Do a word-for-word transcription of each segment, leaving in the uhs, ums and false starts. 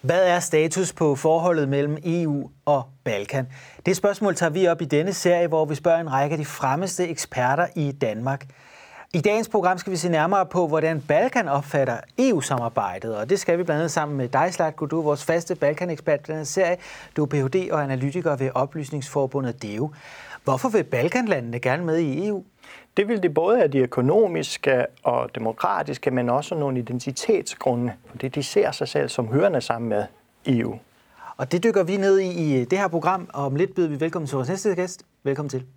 Hvad er status på forholdet mellem E U og Balkan? Det spørgsmål tager vi op i denne serie, hvor vi spørger en række af de fremmeste eksperter i Danmark. I dagens program skal vi se nærmere på, hvordan Balkan opfatter E U-samarbejdet, og det skal vi blandt andet sammen med dig, Zlatko. Du er vores faste Balkan-ekspert i denne serie. Du er P H D og analytiker ved Oplysningsforbundet D E O. Hvorfor vil Balkanlandene gerne med i E U? Det vil det både af de økonomiske og demokratiske, men også nogle identitetsgrunde, fordi de ser sig selv som hørende sammen med E U. Og det dykker vi ned i i det her program, og om lidt byder vi velkommen til vores næste gæst. Velkommen til.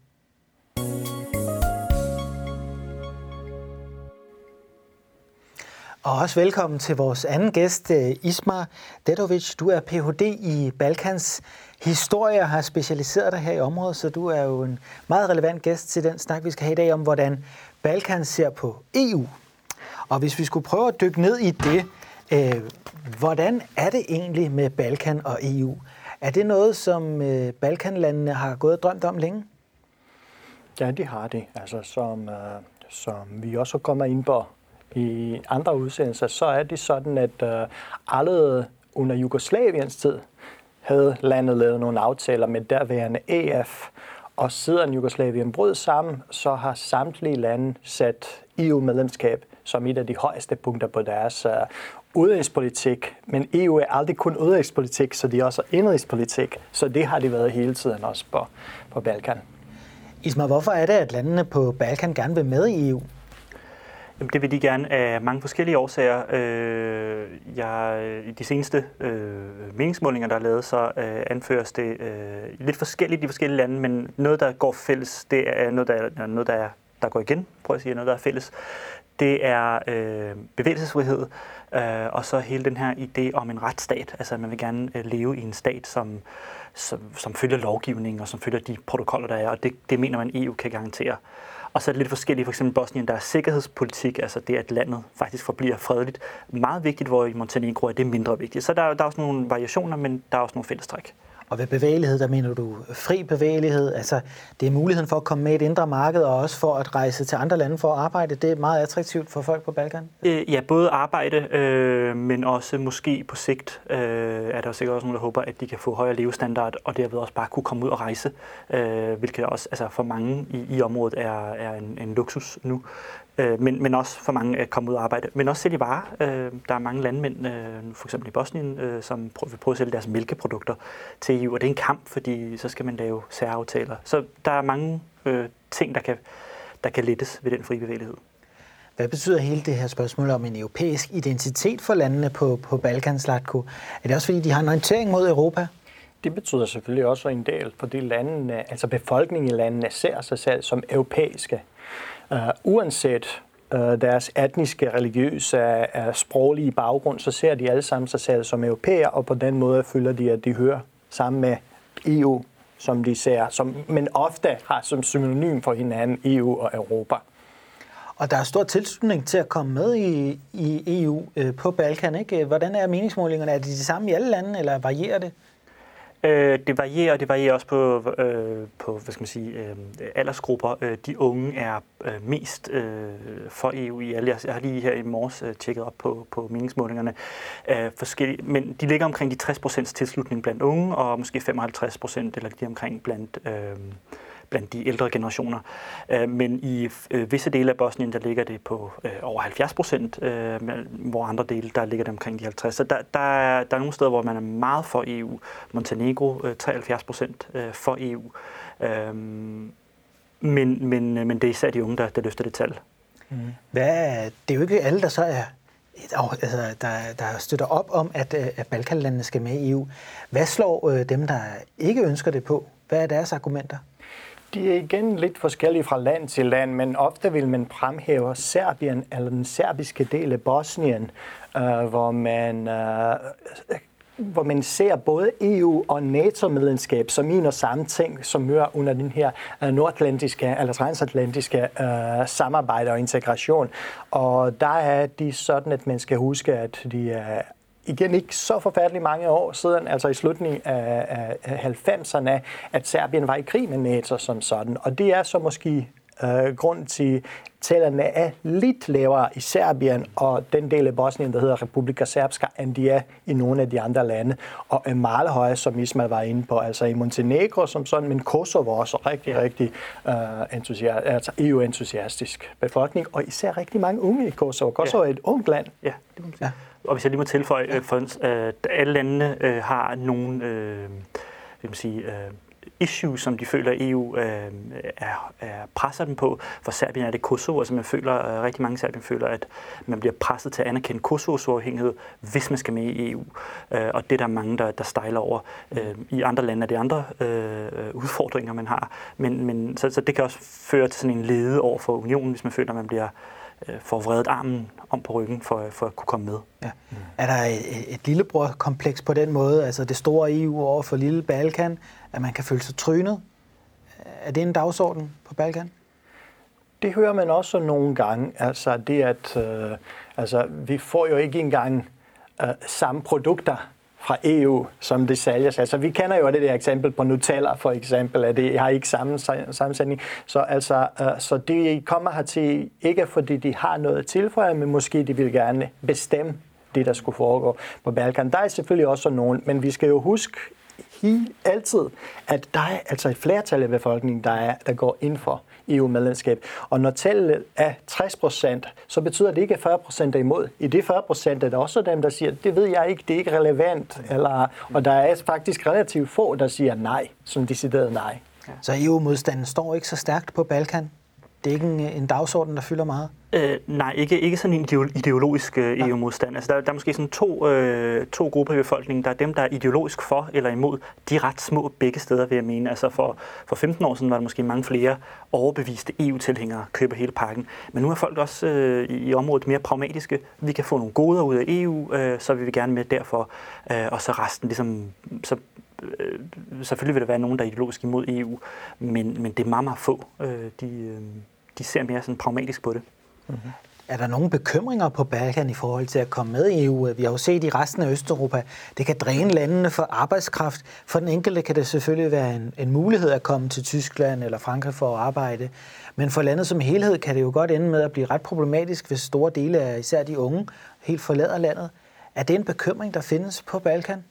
Og også velkommen til vores anden gæst, Ismar Dedovic. Du er P H D i Balkans historie og har specialiseret dig her i området, så du er jo en meget relevant gæst til den snak, vi skal have i dag om, hvordan Balkan ser på E U. Og hvis vi skulle prøve at dykke ned i det, øh, hvordan er det egentlig med Balkan og E U? Er det noget, som øh, Balkanlandene har gået og drømt om længe? Ja, det har de. Altså, som, øh, som vi også kommer ind på i andre udsendelser, så er det sådan, at øh, alle under Jugoslaviens tid havde landet lavet nogle aftaler med derværende E F, og siden Jugoslavien brød sammen, så har samtlige lande sat E U-medlemskab som et af de højeste punkter på deres uh, udenrigspolitik. Men E U er aldrig kun udenrigspolitik, så det er også indrigspolitik, så det har det været hele tiden også på, på Balkan. Ismar, hvorfor er det, at landene på Balkan gerne vil med i E U? Jamen, det vil de gerne af mange forskellige årsager. Øh, jeg, I de seneste øh, meningsmålinger, der er lavet, så øh, anføres det øh, lidt forskelligt i de forskellige lande, men noget, der går fælles, det er noget, der, er, noget, der, er, der går igen, prøv at sige, noget, der er fælles. Det er øh, bevægelsesfrihed, øh, og så hele den her idé om en retsstat. Altså, at man vil gerne øh, leve i en stat, som, som, som følger lovgivningen og som følger de protokoller, der er, og det, det mener man, E U kan garantere. Og så er det lidt forskelligt. For eksempel Bosnien, der er sikkerhedspolitik, altså det, at landet faktisk forbliver fredeligt. Meget vigtigt, hvor i Montenegro er det mindre vigtigt. Så der er, der er også nogle variationer, men der er også nogle fællestræk. Og ved bevægelighed, der mener du fri bevægelighed. Altså, det er muligheden for at komme med i et indre marked, og også for at rejse til andre lande for at arbejde. Det er meget attraktivt for folk på Balkan. Øh, ja, både arbejde, øh, men også måske på sigt øh, er der sikkert også nogen, der håber, at de kan få højere levestandard, og derved også bare kunne komme ud og rejse, øh, hvilket også altså for mange i, i området er, er en, en luksus nu. Men, men også for mange at komme ud og arbejde. Men også sælge varer. Der er mange landmænd, for eksempel i Bosnien, som vil prøve at sælge deres mælkeprodukter til E U. Og det er en kamp, fordi så skal man lave særaftaler. Så der er mange øh, ting, der kan, der kan lettes ved den frie bevægelighed. Hvad betyder hele det her spørgsmål om en europæisk identitet for landene på, på Balkan, Zlatko? Er det også fordi, de har en orientering mod Europa? Det betyder selvfølgelig også en del, fordi landene, altså befolkningen i landene ser sig selv som europæiske. Uh, uanset uh, deres etniske, religiøse, uh, sproglige baggrund, så ser de alle sammen sig selv som europæer, og på den måde føler de, at de hører sammen med E U, som de ser, som, men ofte har som synonym for hinanden E U og Europa. Og der er stor tilslutning til at komme med i, i E U øh, på Balkan, ikke? Hvordan er meningsmålingerne? Er de de samme i alle lande, eller varierer det? Øh, det varierer, og det varierer også på, øh, på hvad skal man sige, øh, aldersgrupper. Øh, de unge er øh, mest øh, for E U i alle. Jeg har lige her i morges øh, tjekket op på, på meningsmålingerne. Øh, forskellige, men de ligger omkring de tres procent tilslutning blandt unge, og måske femoghalvtreds procent eller lige omkring blandt øh, blandt de ældre generationer. Men i visse dele af Bosnien, der ligger det på over halvfjerds procent, hvor andre dele, der ligger det omkring de halvtreds. Så der, der, er, der er nogle steder, hvor man er meget for E U. Montenegro, treoghalvfjerds procent for E U. Men, men, men det er især de unge, der, der løfter det tal. Mm. Hvad, det er jo ikke alle, der så er altså, der, der støtter op om, at, at Balkanlandene skal med i E U. Hvad slår dem, der ikke ønsker det på? Hvad er deres argumenter? De er igen lidt forskellige fra land til land, men ofte vil man fremhæve Serbien eller den serbiske del af Bosnien, øh, hvor man øh, hvor man ser både E U og NATO-medlemskab som en og samme ting, som hører under den her øh, nordatlantiske eller transatlantiske øh, samarbejde og integration. Og der er de sådan, at man skal huske, at de er igen ikke så forfærdeligt mange år siden, altså i slutningen af halvfemserne, at Serbien var i krig med NATO som sådan. Og det er så måske Uh, grunden til tallene er lidt lavere i Serbien og den del af Bosnien, der hedder Republika Srpska, end de er i nogle af de andre lande, og er meget høje, som Ismail var inde på, altså i Montenegro som sådan, men Kosovo også rigtig, ja. rigtig uh, entusiast, altså E U-entusiastisk befolkning, og især rigtig mange unge i Kosovo. Kosovo ja. er et ungt land. Ja, det må ja. Og hvis jeg lige må tilføje, ja. for, uh, alle landene uh, har nogle uh, vil man sige, uh, issues, som de føler, at E U øh, er, er presser dem på. For Serbien er det Kosovo, altså man føler, øh, rigtig mange Serbien føler, at man bliver presset til at anerkende Kosovos uafhængighed, hvis man skal med i E U. Øh, og det er der mange, der, der stejler over. Øh, I andre lande er det andre øh, udfordringer, man har. Men, men, så, så det kan også føre til sådan en lede over for unionen, hvis man føler, at man bliver øh, får vredet armen om på ryggen for, for at kunne komme med. Ja. Mm. Er der et, et lillebror-kompleks på den måde, altså det store E U over for lille Balkan, at man kan føle sig trynet? Er det en dagsorden på Balkan? Det hører man også nogle gange. Altså det at øh, altså, vi får jo ikke engang øh, samme produkter fra E U, som det sælges. Altså vi kender jo det der eksempel på Nutella for eksempel, at det har ikke samme sammensætning. Så altså øh, så de kommer hertil ikke fordi de har noget at tilføje, men måske de vil gerne bestemme det, der skulle foregå på Balkan. Der er selvfølgelig også nogen, men vi skal jo huske altid, at der er altså et flertal af befolkningen, der, er, der går ind for E U-medlemskab. Og når tallet er tres procent, så betyder det ikke, at fyrre procent er imod. I de fyrre procent er der også dem, der siger, det ved jeg ikke, det er ikke relevant. Eller, og der er faktisk relativt få, der siger nej, som decideret nej. Så E U-modstanden står ikke så stærkt på Balkan? Det er ikke en, en dagsorden, der fylder meget? Øh, nej, ikke, ikke sådan en ideologisk øh, E U-modstand. Altså, der, der er måske sådan to, øh, to grupper i befolkningen. Der er dem, der er ideologisk for eller imod. De er ret små begge steder, vil jeg mene. Altså for, for femten år siden var der måske mange flere overbeviste E U-tilhængere køber hele pakken. Men nu er folk også øh, i, i området mere pragmatiske. Vi kan få nogle goder ud af E U, øh, så vil vi gerne med derfor. Øh, og så resten ligesom... Så, øh, selvfølgelig vil der være nogen, der er ideologisk imod E U, men, men det er meget, meget få. Øh, de, øh, de ser mere sådan pragmatisk på det. Mm-hmm. Er der nogle bekymringer på Balkan i forhold til at komme med i E U? Vi har jo set i resten af Østeuropa, det kan dræne landene for arbejdskraft. For den enkelte kan det selvfølgelig være en, en mulighed at komme til Tyskland eller Frankrig for at arbejde. Men for landet som helhed kan det jo godt ende med at blive ret problematisk, hvis store dele af især de unge helt forlader landet. Er det en bekymring, der findes på Balkan?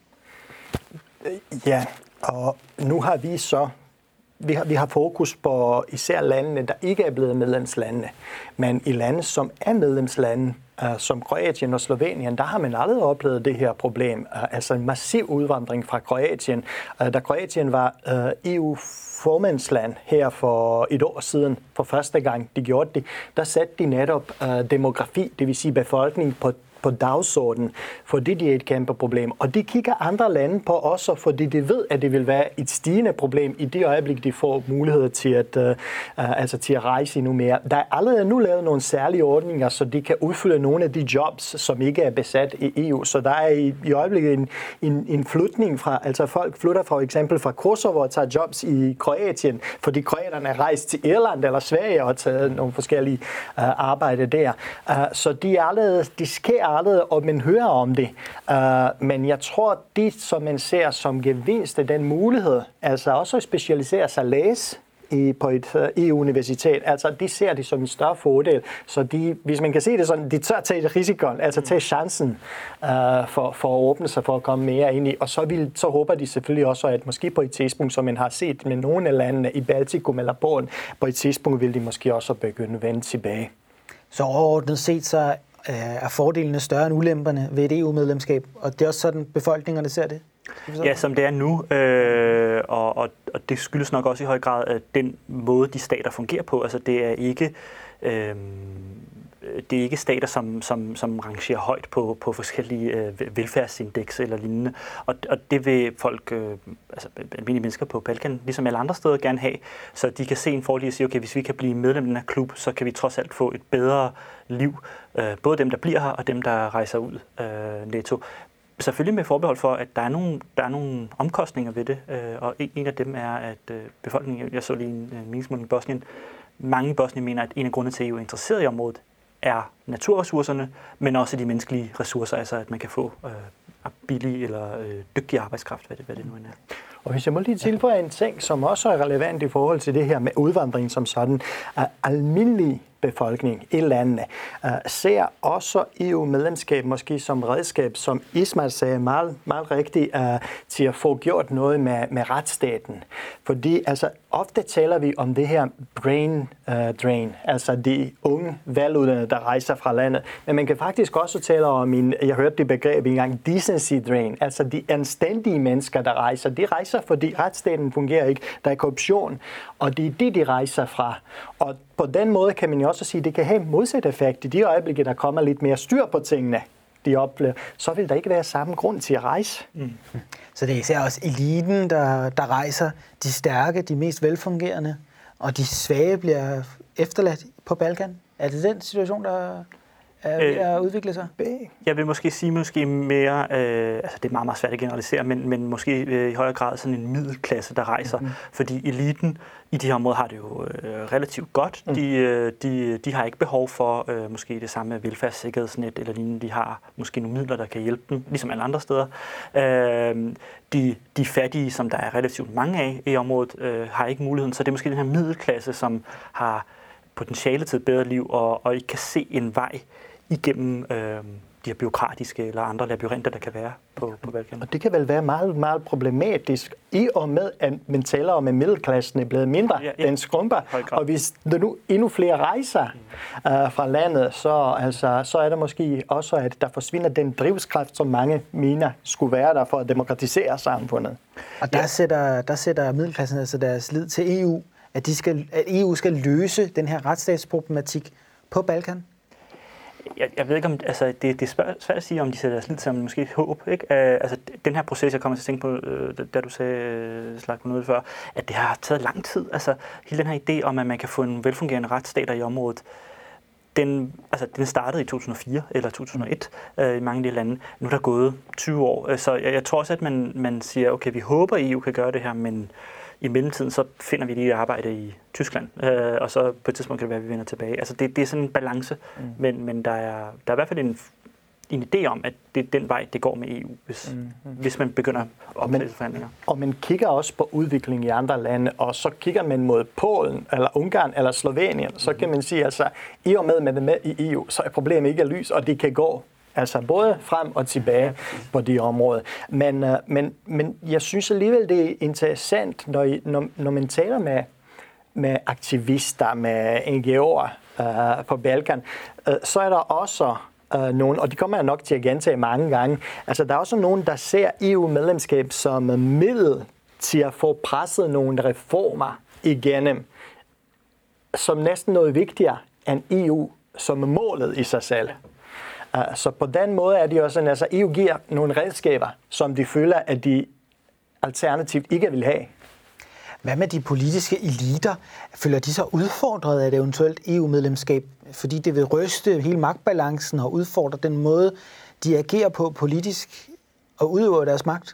Ja, og nu har vi så Vi har, vi har fokus på især landene, der ikke er blevet medlemslandene. Men i lande, som er medlemslande, uh, som Kroatien og Slovenien, der har man aldrig oplevet det her problem. Uh, altså en massiv udvandring fra Kroatien. Uh, da Kroatien var uh, E U-formandsland her for et år siden, for første gang de gjorde det, der satte de netop uh, demografi, det vil sige befolkning, på på dagsordenen, fordi det er et kæmpe problem. Og de kigger andre lande på også, fordi de ved, at det vil være et stigende problem i det øjeblik, de får mulighed til at, uh, altså til at rejse endnu mere. Der er allerede nu lavet nogle særlige ordninger, så de kan udfylde nogle af de jobs, som ikke er besat i E U. Så der er i, i øjeblikket en, en, en flytning fra, altså folk flytter for eksempel fra Kosovo og tager jobs i Kroatien, fordi kroaterne er rejst til Irland eller Sverige og taget nogle forskellige uh, arbejde der. Uh, så de er allerede, de sker allerede, og man hører om det. Uh, men jeg tror, det som man ser som gevinst af den mulighed, altså også at specialisere sig læse i, på et uh, E U-universitet, altså de ser det som en større fordel. Så de, hvis man kan se det sådan, de tør tage risikoen, altså tage chancen uh, for, for at åbne sig, for at komme mere ind i. Og så, vil, så håber de selvfølgelig også, at måske på et tidspunkt, som man har set med nogle af landene i Baltikum eller Polen, på et tidspunkt vil de måske også begynde at vende tilbage. Så overordnet set, så er fordelene større end ulemperne ved et E U-medlemskab, og det er også sådan, befolkningerne ser det? Ja, som det er nu, øh, og, og, og det skyldes nok også i høj grad at den måde, de stater fungerer på. Altså det er ikke, øh, det er ikke stater, som, som, som rangerer højt på, på forskellige øh, velfærdsindeks eller lignende, og, og det vil folk, øh, altså almindelige mennesker på Balkan, ligesom alle andre steder, gerne have, så de kan se en fordel og sige, okay, hvis vi kan blive medlem af den her klub, så kan vi trods alt få et bedre liv, øh, både dem, der bliver her, og dem, der rejser ud øh, netto. Selvfølgelig med forbehold for, at der er nogle, der er nogle omkostninger ved det, øh, og en af dem er, at øh, befolkningen, jeg så lige en øh, meningsmåling i Bosnien, mange i Bosnien mener, at en af grundene til, at E U er interesseret i området, er naturressourcerne, men også de menneskelige ressourcer, altså at man kan få øh, billig eller øh, dygtig arbejdskraft, hvad det, hvad det nu end er. Og hvis jeg må lige tilføje en ting, som også er relevant i forhold til det her med udvandring som sådan, at almindelig befolkning i landene uh, ser også E U-medlemskab måske som redskab, som Ismail sagde meget, meget rigtigt, uh, til at få gjort noget med, med retsstaten. Fordi altså, ofte taler vi om det her brain uh, drain, altså de unge veluddannede, der rejser fra landet. Men man kan faktisk også tale om, en, jeg hørte det begreb engang, decency drain, altså de anstændige mennesker, der rejser. De rejser, fordi retsstaten fungerer ikke, der er korruption, og det er det, de rejser fra. Og på den måde kan man jo også sige, at det kan have modsat effekt. I de øjeblikke, der kommer lidt mere styr på tingene, de oplever, så vil der ikke være samme grund til at rejse. Mm. Så det er især også eliten, der, der rejser, de stærke, de mest velfungerende, og de svage bliver efterladt på Balkan. Er det den situation, der er ved at udvikle sig? Jeg vil måske sige måske mere, øh, altså det er meget, meget svært at generalisere, men, men måske øh, i højere grad sådan en middelklasse, der rejser. Mm-hmm. Fordi eliten i de her områder har det jo øh, relativt godt. Mm. De, øh, de, de har ikke behov for øh, måske det samme velfærdssikkerhedsnet eller lignende. De har måske nogle midler, der kan hjælpe dem, ligesom alle andre steder. Øh, de, de fattige, som der er relativt mange af i området, øh, har ikke muligheden. Så det er måske den her middelklasse, som har potentiale til et bedre liv og, og ikke kan se en vej igennem øh, de her byråkratiske eller andre labyrinter, der kan være på, på Balkan. Og det kan vel være meget, meget problematisk, i og med, at man taler om, at middelklassen er blevet mindre, ja, ja. Den skrumper. Og hvis der nu endnu flere rejser uh, fra landet, så, altså, så er der måske også, at der forsvinder den drivskraft, som mange mener skulle være der for at demokratisere samfundet. Og der, ja. sætter, der sætter middelklassen altså deres lid til E U, at, de skal, at E U skal løse den her retsstatsproblematik på Balkan? Jeg, jeg ved ikke, om altså, det, det er svært, svært at sige, om de sætter deres lid til, om måske et håb. Ikke? Uh, altså, den her proces, jeg kommer til at tænke på, uh, da du sagde, uh, slag på noget før, at det har taget lang tid. Altså, hele den her idé om, at man kan få en velfungerende retsstater i området, den, altså, den startede i to tusind og fire eller to tusind og et uh, i mange af de lande. Nu er der gået tyve år. Uh, så jeg, jeg tror også, at man, man siger, okay, vi håber, at E U kan gøre det her, men i mellemtiden, så finder vi lige arbejde i Tyskland, øh, og så på et tidspunkt kan det være, at vi vender tilbage. Altså det, det er sådan en balance, mm. men, men der, er, der er i hvert fald en, en idé om, at det er den vej, det går med E U, hvis, mm. hvis man begynder optagelse forhandlinger. Og man kigger også på udviklingen i andre lande, og så kigger man mod Polen, eller Ungarn, eller Slovenien, så kan man sige, altså, i og med, at man er med i E U, så er problemet ikke lys, og det kan gå. Altså både frem og tilbage på de områder. Men, uh, men, men jeg synes alligevel, det er interessant, når, når, når man taler med, med aktivister, med N G O'er uh, på Balkan, uh, så er der også uh, nogen, og de kommer jeg nok til at gentage mange gange, altså der er også nogen, der ser E U-medlemskab som middel til at få presset nogle reformer igennem, som næsten noget vigtigere end E U som målet i sig selv. Så på den måde er det også sådan, altså E U giver nogle redskaber, som de føler, at de alternativt ikke vil have. Hvad med de politiske eliter? Føler de så udfordret af et eventuelt E U-medlemskab, fordi det vil ryste hele magtbalancen og udfordre den måde, de agerer på politisk og udøver deres magt?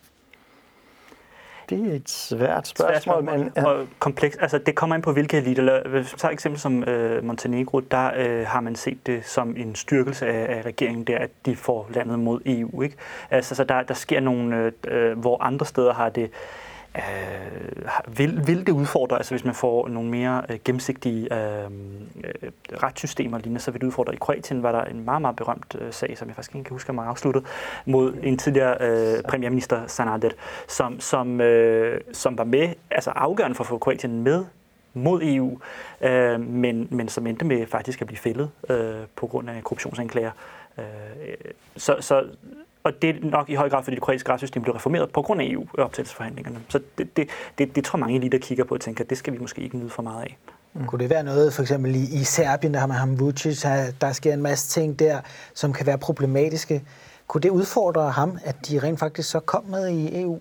Det er et svært spørgsmål, men ja. Og kompleks. Altså det kommer ind på hvilke eliter. Hvis man tager et eksempel som øh, Montenegro, der øh, har man set det som en styrkelse af, af regeringen der, at de får landet mod E U, ikke? Altså så der der sker nogle, øh, hvor andre steder har det øh, vil, vil det udfordre, altså hvis man får nogle mere øh, gennemsigtige øh, øh, retssystemer lignende, så vil det udfordre. I Kroatien var der en meget, meget berømt øh, sag, som jeg faktisk ikke kan huske, at man afsluttet, mod en tidligere øh, premierminister Sanader, som, som, øh, som var med, altså afgørende for at få Kroatien med mod E U, øh, men, men som endte med faktisk at blive fældet øh, på grund af korruptionsanklager. Øh, så, så Og det er nok i høj grad, fordi det kroatiske retssystem blev reformeret på grund af E U-optagelsesforhandlingerne. Så det, det, det, det tror mange eliter kigger på og tænker, at det skal vi måske ikke nyde for meget af. Mm. Kunne det være noget, for eksempel i, i Serbien, der har man ham Vučić, der sker en masse ting der, som kan være problematiske. Kunne det udfordre ham, at de rent faktisk så kom med i E U?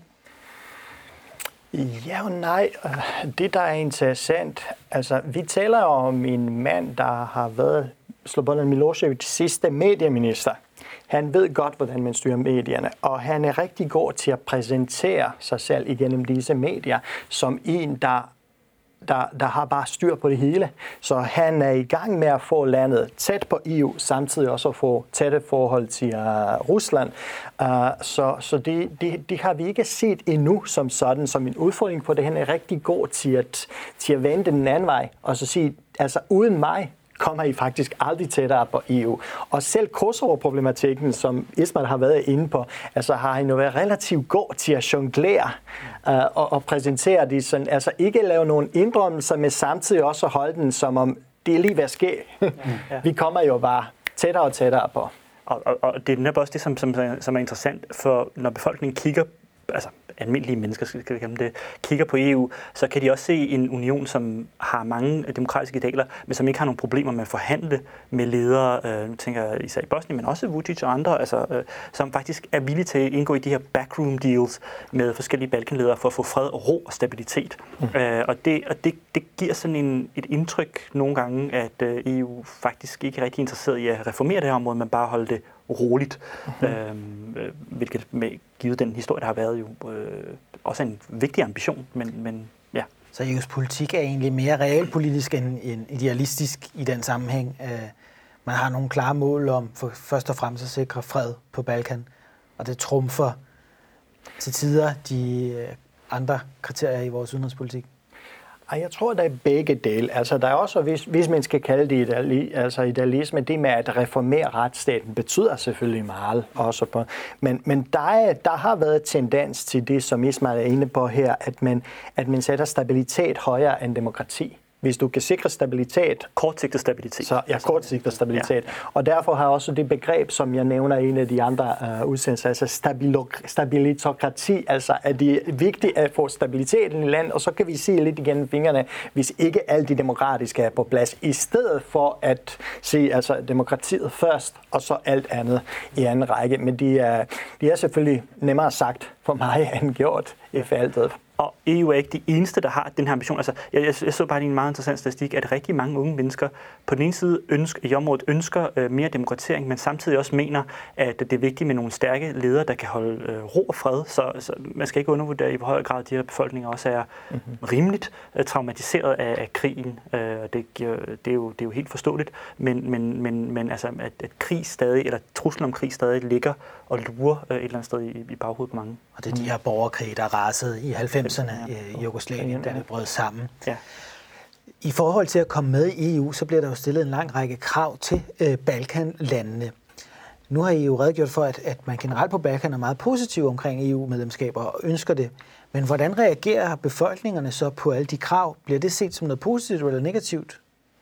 Ja og nej. Det, der er interessant, altså vi taler om en mand, der har været Slobodan Milošević sidste medieminister. Han ved godt, hvordan man styrer medierne, og han er rigtig god til at præsentere sig selv igennem disse medier som en, der, der, der har bare styr på det hele. Så han er i gang med at få landet tæt på E U, samtidig også at få tætte forhold til uh, Rusland. Uh, så så det, det, det har vi ikke set endnu som sådan, som en udfordring på det. Han er rigtig god til at, til at vende den anden vej, og så sige, altså uden mig kommer I faktisk aldrig tættere på E U. Og selv Kosovo-problematikken, som Ismail har været inde på, altså har han jo været relativt god til at jonglere uh, og, og præsentere det sådan, altså ikke lave nogen indrømmelser, men samtidig også holde den som om, det er lige ved at ske. Ja. Vi kommer jo bare tættere og tættere på. Og, og, og det er netop også det, som, som, som er interessant, for når befolkningen kigger, altså almindelige mennesker, skal vi kalde det, kigger på E U, så kan de også se en union, som har mange demokratiske idealer, men som ikke har nogen problemer med at forhandle med ledere, øh, nu tænker jeg især i Bosnien, men også Vučić og andre, altså, øh, som faktisk er villige til at indgå i de her backroom deals med forskellige balkanledere for at få fred og ro og stabilitet. Mm. Øh, og det, og det, det giver sådan en, et indtryk nogle gange, at øh, E U faktisk ikke er rigtig interesseret i at reformere det her område, men bare holde det roligt, mm-hmm. øh, hvilket med givet den historie, der har været jo øh, også en vigtig ambition, men, men ja. Så E U's politik er egentlig mere realpolitisk end, end idealistisk i den sammenhæng. Øh, man har nogle klare mål om for først og fremmest at sikre fred på Balkan, og det trumfer til tider de øh, andre kriterier i vores udenrigspolitik. Jeg tror, der er begge dele. Altså, der er også, hvis, hvis man skal kalde det ideali, altså idealisme, det med at reformere retsstaten betyder selvfølgelig meget. Også på. Men, men der, er, der har været tendens til det, som Ismail er inde på her, at man, at man sætter stabilitet højere end demokrati. Hvis du kan sikre stabilitet... Kortsigtet stabilitet. Så, ja, kortsigtet stabilitet. Ja. Og derfor har også det begreb, som jeg nævner i en af de andre uh, udsendelser, altså stabilitokrati, altså at det er vigtigt at få stabiliteten i landet, og så kan vi se lidt igennem fingrene, hvis ikke alt det demokratiske er på plads, i stedet for at se altså demokratiet først, og så alt andet i anden række. Men det er, det er selvfølgelig nemmere sagt for mig end gjort i feltet. Og E U er ikke de eneste, der har den her ambition. Altså, jeg, jeg, jeg så bare en meget interessant statistik, at rigtig mange unge mennesker på den ene side ønsker, i området ønsker øh, mere demokratisering, men samtidig også mener, at det er vigtigt med nogle stærke ledere, der kan holde øh, ro og fred. Så, så man skal ikke undervurdere i hvor høj grad de her befolkninger også er mm-hmm. rimeligt øh, traumatiseret af, af krigen. Øh, det, det, er jo, det er jo helt forståeligt, men, men, men, men altså, at, at krig stadig, eller truslen om krig stadig ligger og lurer øh, et eller andet sted i, i baghovedet på mange. Og det er de her borgerkrige, der rasede i halvfemserne i Jugoslavien, der er brød sammen. Ja. I forhold til at komme med i E U, så bliver der jo stillet en lang række krav til øh, Balkanlandene. Nu har I jo redegjort for, at, at man generelt på Balkan er meget positiv omkring E U-medlemskaber og ønsker det. Men hvordan reagerer befolkningerne så på alle de krav? Bliver det set som noget positivt eller negativt?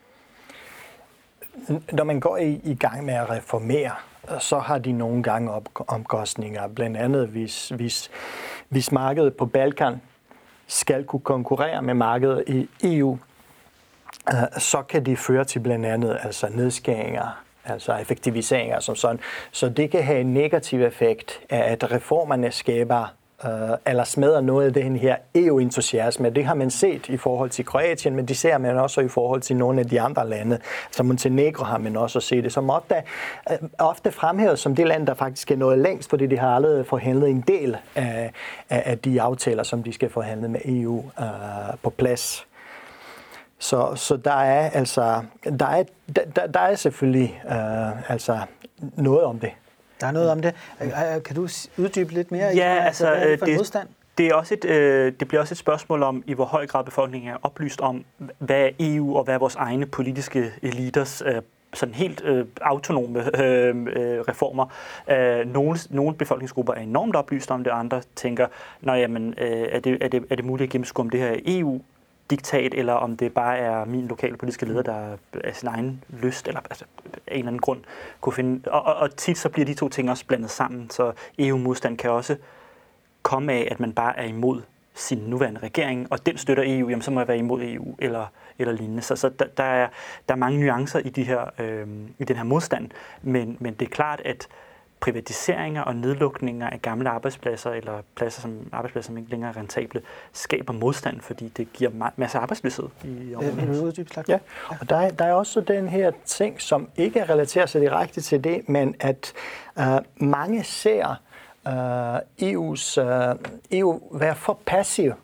Når man går i, i gang med at reformere, så har de nogle gange op, omkostninger. Blandt andet, hvis, hvis, hvis markedet på Balkan skal kunne konkurrere med markedet i E U, så kan det føre til blandt andet altså nedskæringer, altså effektiviseringer som sådan. Så det kan have en negativ effekt af, at reformerne skaber Uh, eller smadrer noget af den her E U-entusiasme. Det har man set i forhold til Kroatien, men det ser man også i forhold til nogle af de andre lande. Så Montenegro har man også set det, som ofte, uh, ofte fremhævet som det land, der faktisk er nået længst, fordi de har allerede forhandlet en del af, af, af de aftaler, som de skal forhandle med E U uh, på plads. Så, så der er altså der er, der, der er selvfølgelig uh, altså noget om det. Der er noget om det. Kan du uddybe lidt mere? Ja, altså, hvad er det for en modstand? Det, er også et, øh, det bliver også et spørgsmål om, i hvor høj grad befolkningen er oplyst om, hvad er E U og hvad er vores egne politiske eliters øh, sådan helt øh, autonome øh, øh, reformer. Øh, nogle, nogle befolkningsgrupper er enormt oplyst om det, andre tænker, nej, jamen, øh, er, det, er, det, er det muligt at gennemskue om det her E U diktat, eller om det bare er min lokale politiske leder, der af sin egen lyst, eller altså, af en eller anden grund kunne finde. Og, og, og tit så bliver de to ting også blandet sammen, så E U-modstand kan også komme af, at man bare er imod sin nuværende regering, og den støtter E U, jamen så må jeg være imod E U, eller, eller lignende. Så, så der, der, er, der er mange nuancer i, de her, øh, i den her modstand, men, men det er klart, at privatiseringer og nedlukninger af gamle arbejdspladser, eller pladser som arbejdspladser, som ikke længere er rentable, skaber modstand, fordi det giver masser af arbejdsløshed i området. Ja, og der er, der er også den her ting, som ikke relaterer sig direkte til det, men at uh, mange ser uh, E U's uh, E U være for passiv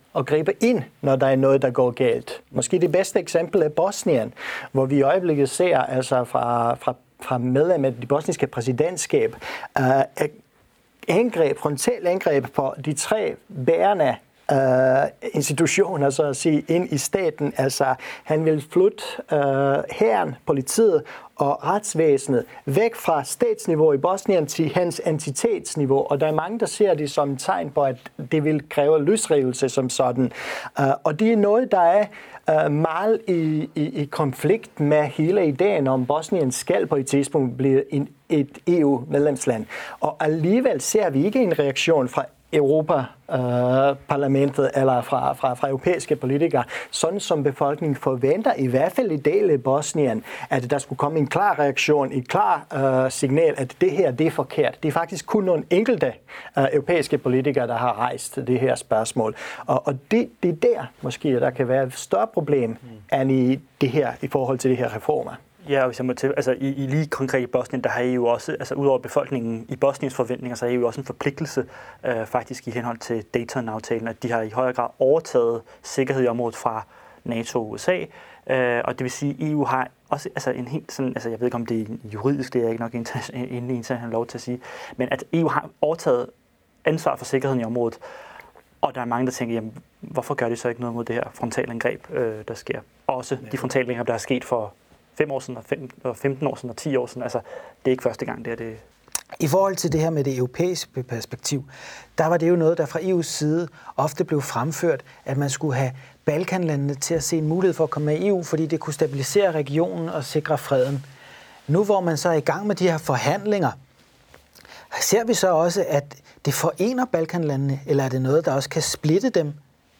at gribe ind, når der er noget, der går galt. Måske det bedste eksempel er Bosnien, hvor vi i øjeblikket ser altså fra, fra, fra medlem af det bosniske præsidentskab uh, angreb, frontal angreb på de tre bærende Uh, institutioner, så at sige, ind i staten. Altså, han vil flytte uh, hæren, politiet og retsvæsenet væk fra statsniveau i Bosnien til hans entitetsniveau, og der er mange, der ser det som et tegn på, at det vil kræve løsrivelse som sådan. Uh, og det er noget, der er uh, meget i, i, i konflikt med hele ideen om, Bosnien skal på et tidspunkt blive en, et E U-medlemsland. Og alligevel ser vi ikke en reaktion fra Europa-parlamentet uh, eller fra, fra, fra europæiske politikere, sådan som befolkningen forventer, i hvert fald i del af Bosnien, at der skulle komme en klar reaktion, et klar uh, signal, at det her, det er forkert. Det er faktisk kun nogle enkelte uh, europæiske politikere, der har rejst det her spørgsmål. Og, og det, det er der, måske, der kan være et større problem, mm. end i det her, i forhold til de her reformer. Ja, og hvis jeg må til, altså i, i lige konkret i Bosnien, der har I jo også, altså udover befolkningen i Bosniens forventninger, så har I jo også en forpligtelse øh, faktisk i henhold til Dayton-aftalen, at de har i højere grad overtaget sikkerhed i området fra NATO og U S A, øh, og det vil sige, at E U har også altså en helt sådan, altså jeg ved ikke om det er juridisk, det er ikke nok inden international lov til at sige, men at E U har overtaget ansvar for sikkerheden i området, og der er mange, der tænker, jamen, hvorfor gør de så ikke noget mod det her frontalangreb, øh, der sker? Også de frontalangreb, der er sket for fem år siden, og femten år siden, og ti år siden. Altså, det er ikke første gang, det er det. I forhold til det her med det europæiske perspektiv, der var det jo noget, der fra E U's side ofte blev fremført, at man skulle have Balkanlandene til at se en mulighed for at komme med i E U, fordi det kunne stabilisere regionen og sikre freden. Nu hvor man så er i gang med de her forhandlinger, ser vi så også, at det forener Balkanlandene, eller er det noget, der også kan splitte dem?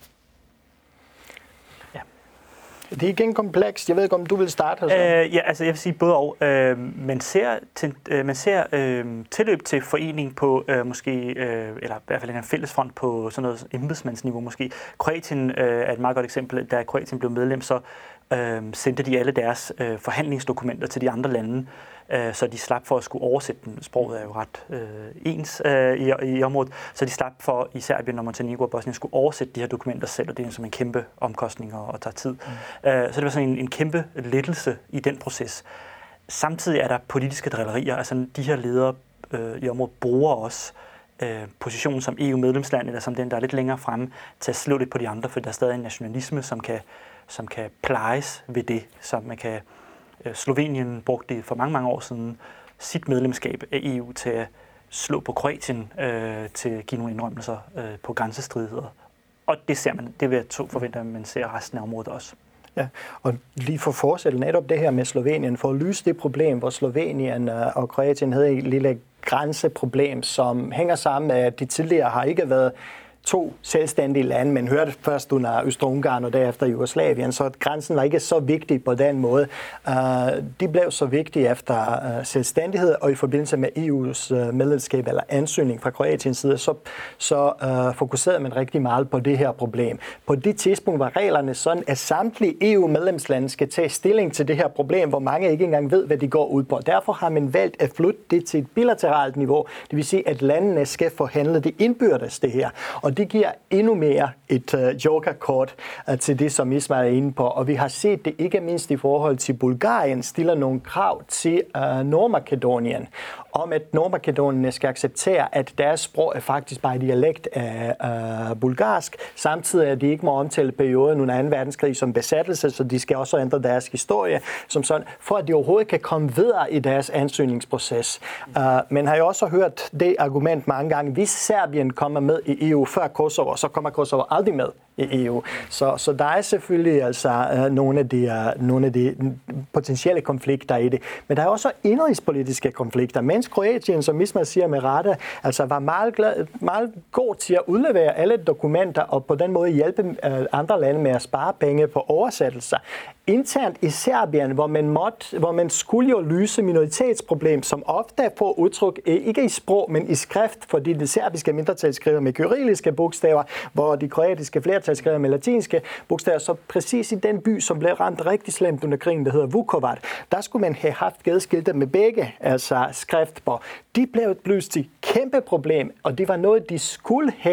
Det er igen komplekst. Jeg ved ikke, om du vil starte? Altså. Øh, ja, altså jeg vil sige både og. Øh, man ser, til, øh, man ser øh, tilløb til forening på øh, måske, øh, eller i hvert fald en fælles front på sådan noget embedsmandsniveau måske. Kroatien øh, er et meget godt eksempel. Da Kroatien blev medlem, så øh, sendte de alle deres øh, forhandlingsdokumenter til de andre lande, øh, så de slap for at skulle oversætte dem. Sproget er jo ret øh, ens øh, i, i området, så de slap for i Serbien og Montenegro og Bosnien skulle oversætte de her dokumenter selv, og det er som en kæmpe omkostning og, og tager tid. Mm. Øh, så det var sådan en, en kæmpe lettelse i den proces. Samtidig er der politiske drillerier, altså de her ledere øh, i området bruger også øh, positionen som E U-medlemsland, eller som den, der er lidt længere fremme, til at slå lidt på de andre, for der er stadig en nationalisme, som kan, som kan plejes ved det, som man kan. Slovenien brugte det for mange, mange år siden sit medlemskab af E U til at slå på Kroatien, øh, til at give nogle indrømmelser øh, på grænsestridigheder. Og det ser man, det vil jeg to forvente, at man ser resten af området også. Ja, og lige for fortsætte netop det her med Slovenien, for at løse det problem, hvor Slovenien og Kroatien havde et lille grænseproblem, som hænger sammen med, at de tidligere har ikke været to selvstændige lande, men hørte først under Østrig-Ungarn og derefter Jugoslavien, så grænsen var ikke så vigtig på den måde. Uh, de blev så vigtige efter uh, selvstændighed, og i forbindelse med E U's uh, medlemskab eller ansøgning fra Kroatiens side, så, så uh, fokuserede man rigtig meget på det her problem. På det tidspunkt var reglerne sådan, at samtlige E U-medlemslande skal tage stilling til det her problem, hvor mange ikke engang ved, hvad de går ud på. Derfor har man valgt at flytte det til et bilateralt niveau, det vil sige, at landene skal forhandle det indbyrdes det her. Og det giver endnu mere et uh, jokerkort uh, til det, som Ismail er inde på. Og vi har set det ikke mindst i forhold til Bulgarien, stiller nogle krav til uh, Nordmakedonien, om at Nordmakedonien skal acceptere, at deres sprog er faktisk bare dialekt af uh, bulgarsk. Samtidig er de ikke må omtale perioden under anden verdenskrig som besættelse, så de skal også ændre deres historie, som sådan, for at de overhovedet kan komme videre i deres ansøgningsproces. Uh, men har jeg også hørt det argument mange gange, hvis Serbien kommer med i E U før Kosovo, så kommer Kosovo aldrig med i E U. Så, så der er selvfølgelig altså uh, nogle af de, uh, nogle af de potentielle konflikter i det. Men der er også indrigspolitiske konflikter. Mens Kroatien, som Ismail siger med rette, altså var meget, glad, meget god til at udlevere alle dokumenter og på den måde hjælpe uh, andre lande med at spare penge på oversættelser. Internt i Serbien, hvor man, måtte, hvor man skulle jo løse minoritetsproblem, som ofte får udtryk ikke i sprog, men i skrift, fordi det serbiske mindretal skriver med kyrilliske bogstaver, hvor de kroatiske flertal skriver med latinske bogstaver. Så præcis i den by, som blev ramt rigtig slemt under krigen, der hedder Vukovar, der skulle man have haft gadeskilte med begge, altså skrift på. De blev et pludselig kæmpe problem, og det var noget, de skulle have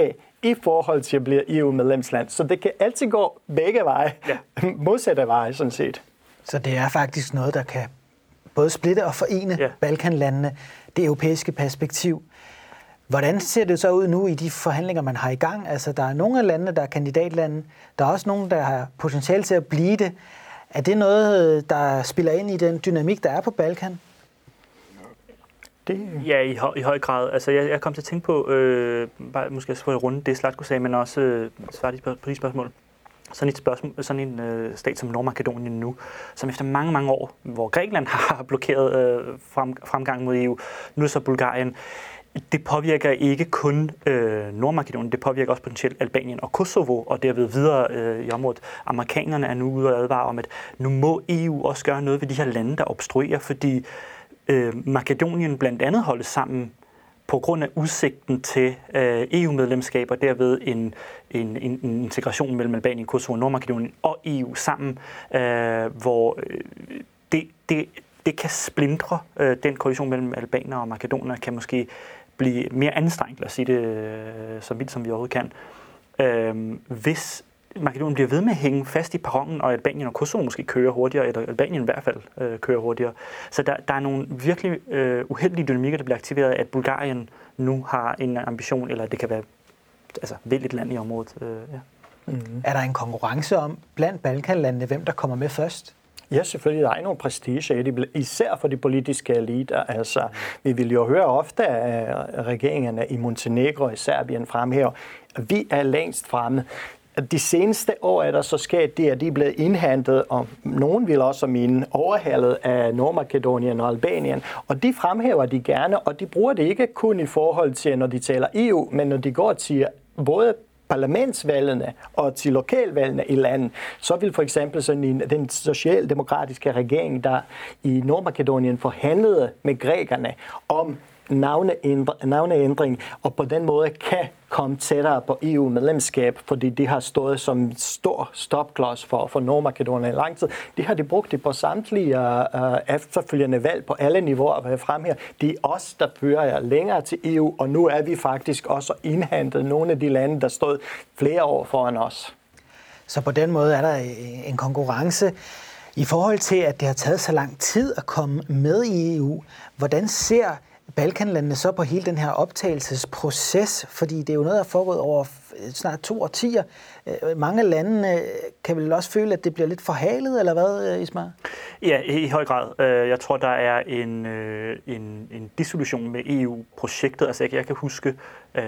i forhold til at blive E U-medlemsland. Så det kan altid gå begge veje, ja. modsatte veje sådan set. Så det er faktisk noget, der kan både splitte og forene ja. Balkanlandene, det europæiske perspektiv. Hvordan ser det så ud nu i de forhandlinger, man har i gang? Altså, der er nogle af landene, der er kandidatlande. Der er også nogle, der har potentiale til at blive det. Er det noget, der spiller ind i den dynamik, der er på Balkan? Det... Ja, i, høj, i høj grad. Altså, jeg, jeg kom til at tænke på, øh, bare, måske jeg skulle runde det, Zlatko sagde, men også øh, svare på de spørgsmål. Sådan et spørgsmål, sådan en øh, stat som Nordmakedonien nu, som efter mange, mange år, hvor Grækenland har blokeret øh, frem, fremgang mod E U, nu er så Bulgarien. Det påvirker ikke kun øh, Nordmakedonien, det påvirker også potentielt Albanien og Kosovo, og derved videre øh, i området. Amerikanerne er nu ude og advare om, at nu må E U også gøre noget ved de her lande, der obstruerer, fordi øh, Makedonien blandt andet holdes sammen på grund af udsigten til øh, E U-medlemskab og derved en, en, en integration mellem Albanien, Kosovo, Nordmakedonien og E U sammen, øh, hvor øh, det, det, det kan splindre øh, den koalition mellem albanere og makedoner, kan måske blive mere anstrengt, lad os sige det øh, så vildt som vi overhovedet kan. Øh, hvis Makedonien bliver ved med at hænge fast i perronen, og Albanien og Kosovo måske kører hurtigere, eller Albanien i hvert fald øh, kører hurtigere. Så der, der er nogle virkelig øh, uheldige dynamikker, der bliver aktiveret af, at Bulgarien nu har en ambition, eller det kan være altså, vel et land i området. Øh, ja. Mm-hmm. Er der en konkurrence om blandt Balkanlandene, hvem der kommer med først? Ja, selvfølgelig. Der er nogle prestige i det, især for de politiske eliter. Altså, vi vil jo høre ofte af regeringerne i Montenegro og i Serbien fremhæver, at vi er længst fremme. De seneste år er der så sket det, at de er blevet indhentet, og nogen vil også mine overhalet af Nordmakedonien og Albanien, og de fremhæver de gerne, og de bruger det ikke kun i forhold til, når de taler E U, men når de går til både parlamentsvalgene og til lokalvalgene i landet, så vil for eksempel sådan en, den socialdemokratiske regering, der i Nordmakedonien forhandlede med grækerne om navneændring, og på den måde kan komme tættere på E U-medlemskab, fordi de har stået som stor stopklods for, for Nordmakedonien i lang tid. Det har de brugt det på samtlige uh, efterfølgende valg på alle niveauer frem her. Det er os, der fører jer længere til E U, og nu er vi faktisk også indhentet nogle af de lande, der stod flere år foran os. Så på den måde er der en konkurrence. I forhold til, at det har taget så lang tid at komme med i E U, hvordan ser Balkanlandene så på hele den her optagelsesproces, fordi det er jo noget, der er foregået over snart to årtier. Mange af landene kan vel også føle, at det bliver lidt forhalet, eller hvad, Ismar? Ja, i høj grad. Jeg tror, der er en, en, en dissolution med E U-projektet. Altså, jeg, jeg kan huske, øh,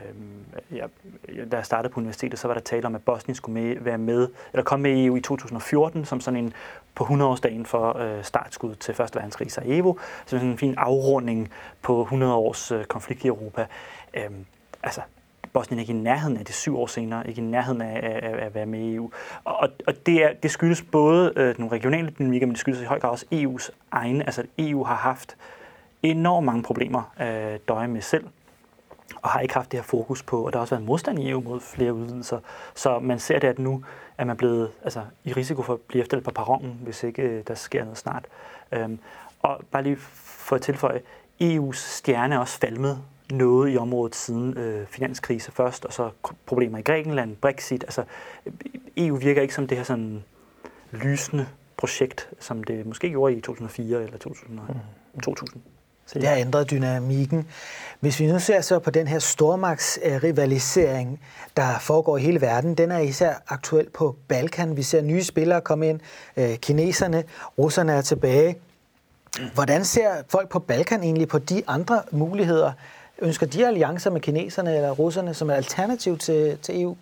ja, da jeg startede på universitetet, så var der tale om, at Bosnien skulle med, være med, eller komme med i E U i to tusind og fjorten, som sådan en på hundrede-årsdagen for øh, startskud til første verdenskrig Sarajevo. Så sådan en fin afrunding på hundrede års øh, konflikt i Europa. Øhm, altså, Bosnien er ikke i nærheden af det syv år senere, ikke i nærheden af, af, af at være med i E U. Og, og det, er, det skyldes både øh, nogle regionale dynamikker, men det skyldes i høj grad også E U's egne. Altså, E U har haft enormt mange problemer at øh, døje med selv, og har ikke haft det her fokus på, og der har også været modstand i E U mod flere udvidelser. Så man ser det, at nu er man blevet altså, i risiko for at blive efterladt på perronen, hvis ikke øh, der sker noget snart. Øhm, og bare lige for at tilføje, E U's stjerne er også falmet noget i området siden øh, finanskrise først, og så problemer i Grækenland, Brexit. Altså, E U virker ikke som det her sådan lysende projekt, som det måske gjorde i to tusind og fire eller to tusind. Så det har ændret dynamikken. Hvis vi nu ser så på den her stormagtsrivalisering, der foregår i hele verden, den er især aktuel på Balkan. Vi ser nye spillere komme ind, kineserne, russerne er tilbage. Hvordan ser folk på Balkan egentlig på de andre muligheder? Ønsker de alliancer med kineserne eller russerne som et alternativ til, til E U?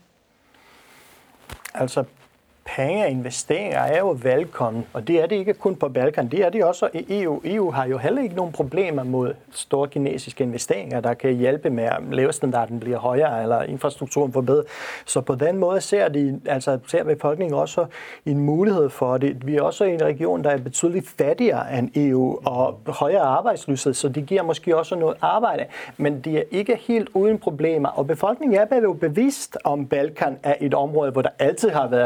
Altså, penge og investeringer er jo velkommen, og det er det ikke kun på Balkan, det er det også i E U. E U har jo heller ikke nogen problemer mod store kinesiske investeringer, der kan hjælpe med, at levestandarden bliver højere, eller infrastrukturen forbedret. Så på den måde ser, de, altså, ser befolkningen også en mulighed for det. Vi er også i en region, der er betydeligt fattigere end E U, og højere arbejdsløshed, så det giver måske også noget arbejde, men de er ikke helt uden problemer, og befolkningen er jo bevidst om Balkan er et område, hvor der altid har været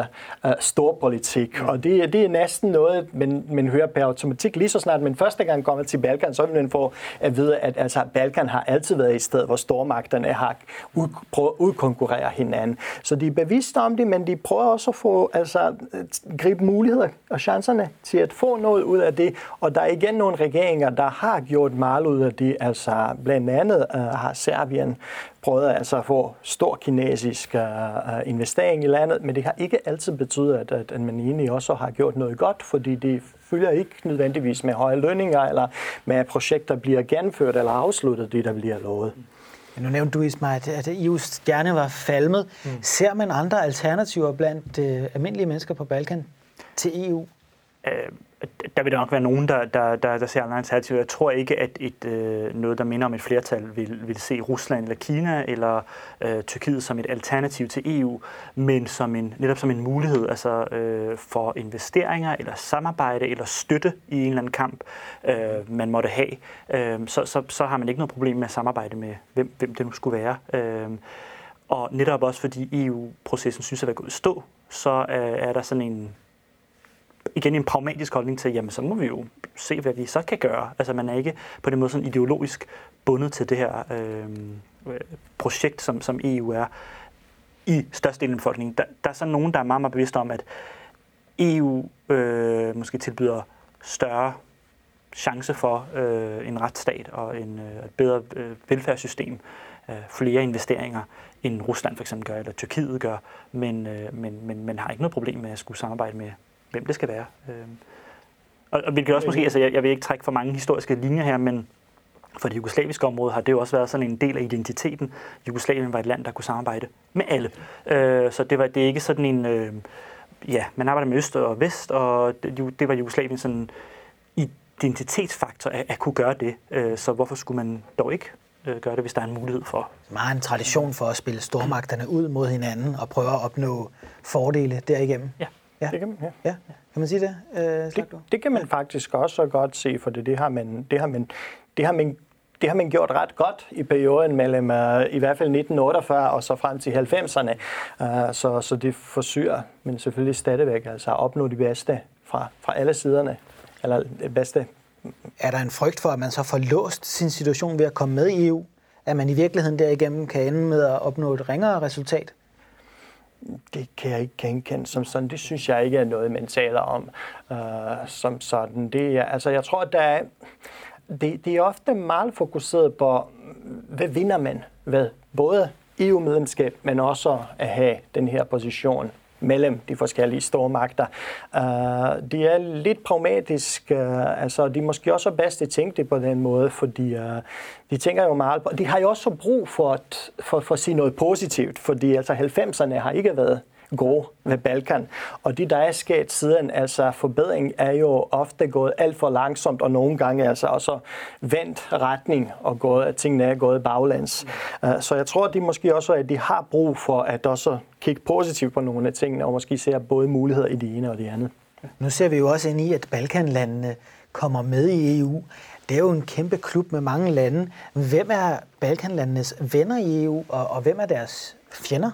uh, storpolitik. Mm. Og det, det er næsten noget, man, man hører per automatik. Lige så snart man første gang kommer til Balkan, så vil man få at vide, at altså, Balkan har altid været et sted, hvor stormagterne har ud, prøvet at udkonkurrere hinanden. Så de er bevidste om det, men de prøver også at få, altså, gribe muligheder og chancerne til at få noget ud af det. Og der er igen nogle regeringer, der har gjort meget ud af det. Altså blandt andet uh, har Serbien prøvet altså at få stor kinesisk uh, investering i landet, men det har ikke altid betydet, at, at, at man egentlig også har gjort noget godt, fordi det følger ikke nødvendigvis med høje lønninger, eller med at projekter bliver gennemført eller afsluttet, det der bliver lovet. Nu nævnte du, Ismail, at E U's stjerne var falmet. Mm. Ser man andre alternativer blandt øh, almindelige mennesker på Balkan til E U? Øh, der vil der nok være nogen, der, der, der, der ser andre alternativer. Jeg tror ikke, at et, øh, noget, der minder om et flertal, vil, vil se Rusland eller Kina eller øh, Tyrkiet som et alternativ til E U, men som en, netop som en mulighed altså, øh, for investeringer eller samarbejde eller støtte i en eller anden kamp, øh, man måtte have. Øh, så, så, så har man ikke noget problem med at samarbejde med, hvem, hvem det nu skulle være. Øh, og netop også fordi E U-processen synes at være gået i stå, så øh, er der sådan en igen en pragmatisk holdning til, jamen så må vi jo se, hvad vi så kan gøre. Altså man er ikke på den måde sådan ideologisk bundet til det her øh, projekt, som, som E U er i størstedelen af befolkningen. Der, der er så nogen, der er meget, meget bevidste om, at E U øh, måske tilbyder større chance for øh, en retsstat og en, øh, et bedre øh, velfærdssystem, øh, flere investeringer, end Rusland for eksempel gør, eller Tyrkiet gør, men, øh, men, men man har ikke noget problem med at skulle samarbejde med hvem det skal være. Og, og hvilket også måske, altså jeg, jeg vil ikke trække for mange historiske linjer her, men for det jugoslaviske område har det jo også været sådan en del af identiteten. Jugoslavien var et land, der kunne samarbejde med alle. Øh, så det var det er ikke sådan en, øh, ja, man arbejder med øst og vest, og det, det var Jugoslavien sådan identitetsfaktor at, at kunne gøre det. Øh, så hvorfor skulle man dog ikke øh, gøre det, hvis der er en mulighed for? Meget en tradition for at spille stormagterne ud mod hinanden og prøve at opnå fordele derigennem. Ja. Ja. Det kan man, ja. Ja. Kan man sige det? Øh, det, det kan man faktisk også godt se, for det, det har man, det har man, det har man, det har man gjort ret godt i perioden mellem uh, i hvert fald nitten otteogfyrre og så frem til halvfemserne. Uh, så, så det forsøger, men selvfølgelig stadigvæk altså at opnå det bedste fra, fra alle siderne, eller det bedste. Er der en frygt for, at man så får låst sin situation ved at komme med i E U? At man i virkeligheden derigennem kan ende med at opnå et ringere resultat? Det kan jeg ikke genkende som sådan. Det synes jeg ikke er noget, man taler om uh, som sådan. Det er, altså, jeg tror, der er, det, det er ofte meget fokuseret på, hvad vinder man ved både E U-medlemskab, men også at have den her position mellem de forskellige stormagter. Uh, det er lidt pragmatisk, uh, altså de er måske også bedst at tænke det på den måde, fordi uh, de tænker jo meget på, de har jo også brug for at, for, for at sige noget positivt, fordi altså halvfemserne har ikke været gode ved Balkan, og det der er sket siden, altså forbedring er jo ofte gået alt for langsomt, og nogle gange altså også vendt retning, og gået, at tingene er gået baglæns. Uh, så jeg tror, at de måske også, at de har brug for at også kigge positivt på nogle af tingene, og måske ser både muligheder i det ene og det andet. Nu ser vi jo også ind i, at Balkanlandene kommer med i E U. Det er jo en kæmpe klub med mange lande. Hvem er Balkanlandenes venner i E U, og, og hvem er deres fjender?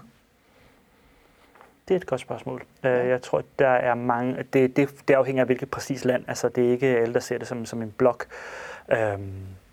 Det er et godt spørgsmål. Ja. Jeg tror, der er mange. Det, det, det afhænger af hvilket præcis land. Altså, det er ikke alle, der ser det som, som en blok. Øhm,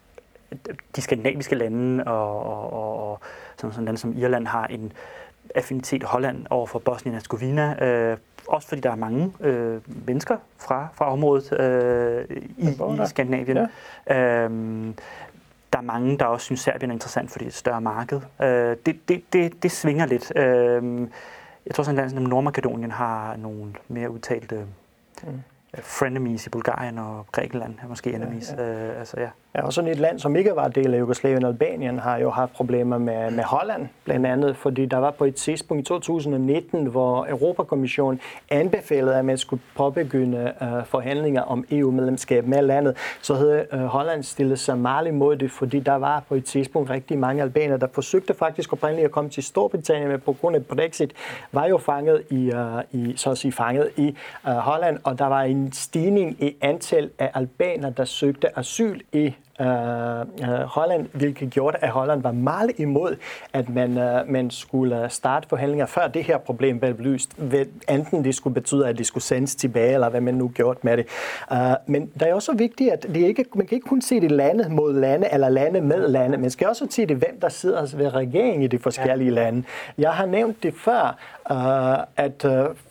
de skandinaviske lande og, og, og, og sådan, sådan lande som Irland har en affinitet Holland over for Bosnien-Herzegovina. Øh, også fordi der er mange øh, mennesker fra, fra området øh, i, i Skandinavien. Ja. Øhm, der er mange, der også synes, Serbien er interessant, fordi det er et større marked. Øh, det, det, det, det svinger lidt. Øh, Jeg tror, sådan et land som Nordmakedonien har nogle mere udtalte mm. frenemies i Bulgarien og Grækenland, måske enemies. Ja, ja. Øh, altså, ja. Ja, og sådan et land, som ikke var del af Jugoslavien, Albanien, har jo haft problemer med, med Holland, blandt andet, fordi der var på et tidspunkt i to tusind nitten, hvor Europakommissionen anbefalede, at man skulle påbegynde uh, forhandlinger om E U-medlemskab med landet, så havde uh, Holland stillet sig meget imod det, fordi der var på et tidspunkt rigtig mange albanere, der forsøgte faktisk oprindeligt at komme til Storbritannien, men på grund af Brexit var jo fanget i, uh, i så at sige fanget i uh, Holland, og der var en en stigning i antal af albaner, der søgte asyl i Uh, uh, Holland, hvilket gjorde, at Holland var meget imod, at man, uh, man skulle starte forhandlinger, før det her problem blev belyst. Enten det skulle betyde, at de skulle sendes tilbage, eller hvad man nu gjorde med det. Uh, men det er også vigtigt, at det ikke, man kan ikke kun se det lande mod lande, eller lande med lande. Man skal også se det, hvem der sidder ved regeringen i de forskellige ja. lande. Jeg har nævnt det før, uh, at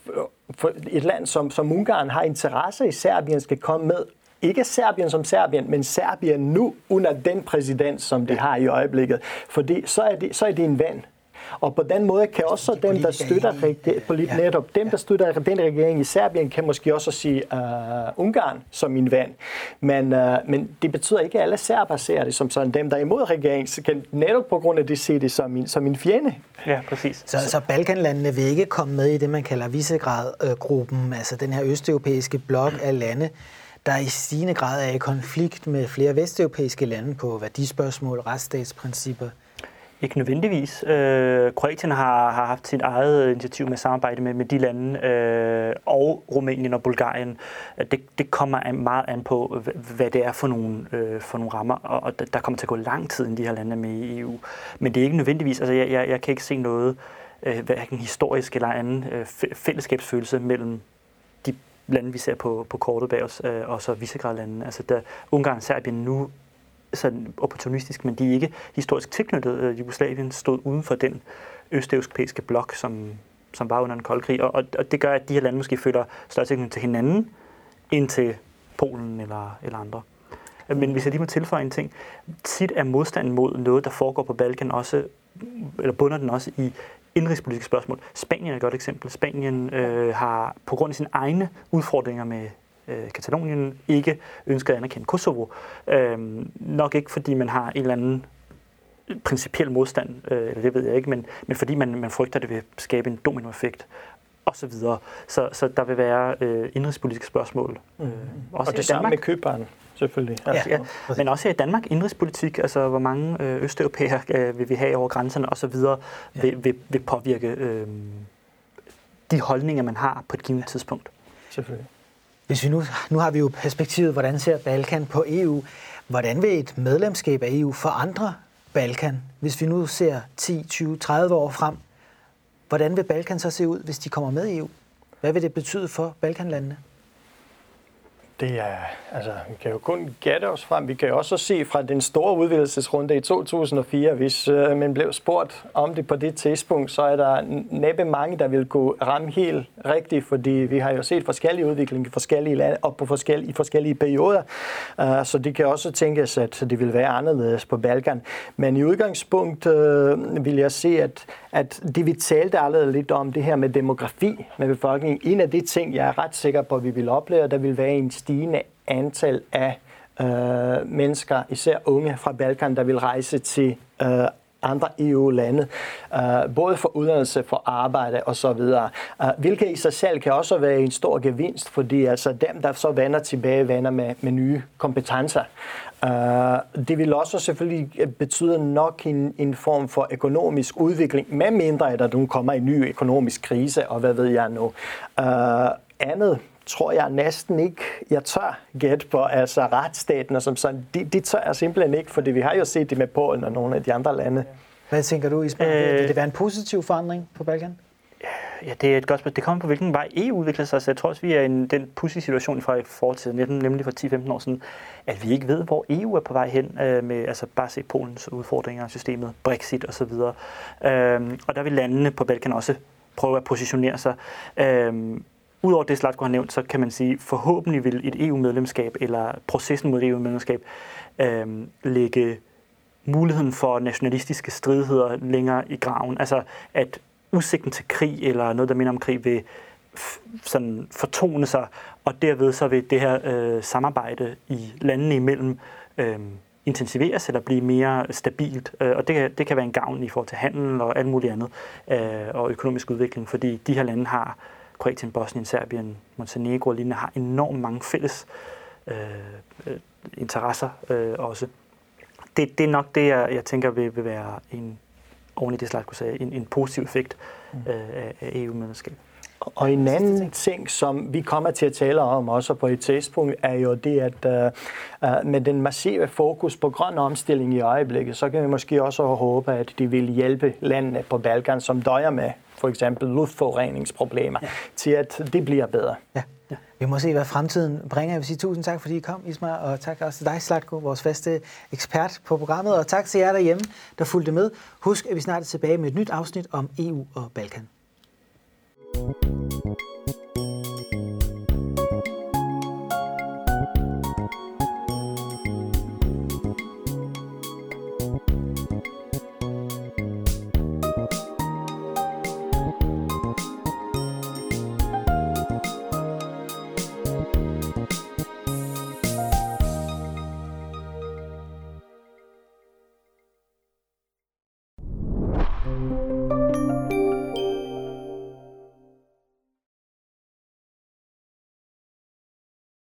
uh, et land som, som Ungarn har interesse i Serbien skal komme med. Ikke Serbien som Serbien, men Serbien nu under den præsident, som de har i øjeblikket. Fordi så er det, så er det en ven. Og på den måde kan også dem, der støtter polit, netop, dem, der støtter den regering i Serbien, kan måske også sige uh, Ungarn som en ven. Men, uh, men det betyder ikke, at alle serber ser det som sådan. Dem, der er imod regeringen, så kan netop på grund af det se det som en, som en fjende. Ja, præcis. Så, så Balkanlandene vil ikke komme med i det, man kalder Visegrad-gruppen, altså den her østeuropæiske blok af lande, der i stigende grad er i konflikt med flere vesteuropæiske lande på værdispørgsmål, retsstatsprincipper? Ikke nødvendigvis. Øh, Kroatien har, har haft sit eget initiativ med samarbejde med, med de lande, øh, og Rumænien og Bulgarien. Det, det kommer meget an på, hvad det er for nogle, øh, for nogle rammer, og der kommer til at gå lang tid, inden de her lande er med i E U. Men det er ikke nødvendigvis, altså jeg, jeg, jeg kan ikke se noget, øh, hverken historisk eller anden øh, fællesskabsfølelse mellem de lande, vi ser på, på kortet bag os, øh, og så Visegrad-landene. Altså, der Ungarn og Serbien nu sådan opportunistisk, men de er ikke historisk tilknyttet. Øh, Jugoslavien stod uden for den østeuropæiske blok, som, som var under den kolde krig, og, og det gør, at de her lande måske føler større tilknytning til hinanden, end til Polen eller, eller andre. Men hvis jeg lige må tilføje en ting, tit er modstanden mod noget, der foregår på Balkan også, eller bunder den også i indrigspolitiske spørgsmål. Spanien er et godt eksempel. Spanien øh, har på grund af sine egne udfordringer med øh, Katalonien ikke ønsket at anerkende Kosovo. Øh, nok ikke fordi man har en eller anden principiel modstand, øh, eller det ved jeg ikke, men, men fordi man, man frygter, at det vil skabe en dominoeffekt og så videre. Så, så der vil være øh, indrigspolitiske spørgsmål. Øh, også og det samme med København. Selvfølgelig. Ja, ja. Men også i Danmark, indrigspolitik, altså hvor mange øh, østeuropæere øh, vil vi have over grænserne og så videre, ja. vil, vil, vil påvirke øh, de holdninger, man har på et givet tidspunkt. Selvfølgelig. Hvis vi nu, nu har vi jo perspektivet, hvordan ser Balkan på E U? Hvordan vil et medlemskab af E U forandre Balkan? Hvis vi nu ser ti, tyve, tredive år frem, hvordan vil Balkan så se ud, hvis de kommer med i E U? Hvad vil det betyde for Balkanlandene? Det er, altså, vi kan jo kun gætte os frem. Vi kan jo også se fra den store udvidelsesrunde i to tusind og fire, hvis øh, man blev spurgt om det på det tidspunkt, så er der næppe mange, der vil kunne ramme helt rigtigt, fordi vi har jo set forskellige udviklinger i forskellige lande og på forskellige, i forskellige perioder. Uh, så det kan også tænkes, at det vil være anderledes på Balkan. Men i udgangspunkt øh, vil jeg se, at, at det vi talte allerede lidt om, det her med demografi med befolkningen, en af de ting, jeg er ret sikker på, at vi vil opleve, der vil være en stigende antal af øh, mennesker, især unge fra Balkan, der vil rejse til øh, andre E U-lande, øh, både for uddannelse, for arbejde og så videre. Uh, hvilket i sig selv kan også være en stor gevinst, fordi altså dem, der så vender tilbage, vender med, med nye kompetencer. Uh, det vil også selvfølgelig betyde nok en, en form for økonomisk udvikling, med mindre at der kommer en ny økonomisk krise, og hvad ved jeg nu. Uh, andet tror jeg næsten ikke, jeg tør gætte på, altså retsstaten og som sådan, det de tør jeg simpelthen ikke, fordi vi har jo set det med Polen og nogle af de andre lande. Hvad tænker du, Ismail? Øh, Vil det være en positiv forandring på Balkan? Ja, det er et godt spørgsmål. Det kommer på, hvilken vej E U udvikler sig. Så jeg tror også, vi er i den pudsige situation fra i fortiden, nemlig for ti femten år siden, at vi ikke ved, hvor E U er på vej hen øh, med, altså bare se Polens udfordringer, systemet, Brexit osv. Øh, og der vil landene på Balkan også prøve at positionere sig. Øh, Udover det, Zlatko har nævnt, så kan man sige, forhåbentlig vil et E U-medlemskab eller processen mod et E U-medlemskab øh, lægge muligheden for nationalistiske stridigheder længere i graven. Altså at udsigten til krig eller noget, der minder om krig, vil f- sådan fortone sig, og derved så vil det her øh, samarbejde i landene imellem øh, intensiveres eller blive mere stabilt. Øh, og det kan, det kan være en gavn i forhold til handel og alt muligt andet øh, og økonomisk udvikling, fordi de her lande har Kroatien, Bosnien, Serbien, Montenegro og lignende har enormt mange fælles øh, øh, interesser øh, også. Det, det er nok det, jeg, jeg tænker vil, vil være en, oven i det Zlatko sagde, en, en positiv effekt øh, af, af E U-medlemskab. Og en anden ting, som vi kommer til at tale om også på et tidspunkt, er jo det, at uh, med den massive fokus på grøn omstilling i øjeblikket, så kan vi måske også håbe, at de vil hjælpe landene på Balkan, som døjer med for eksempel luftforureningsproblemer, ja. til at det bliver bedre. Ja. Ja. Vi må se, hvad fremtiden bringer. Jeg vil sige tusind tak, fordi I kom, Ismar, og tak også til dig, Zlatko, vores faste ekspert på programmet, og tak til jer derhjemme, der fulgte med. Husk, at vi snart er tilbage med et nyt afsnit om E U og Balkan.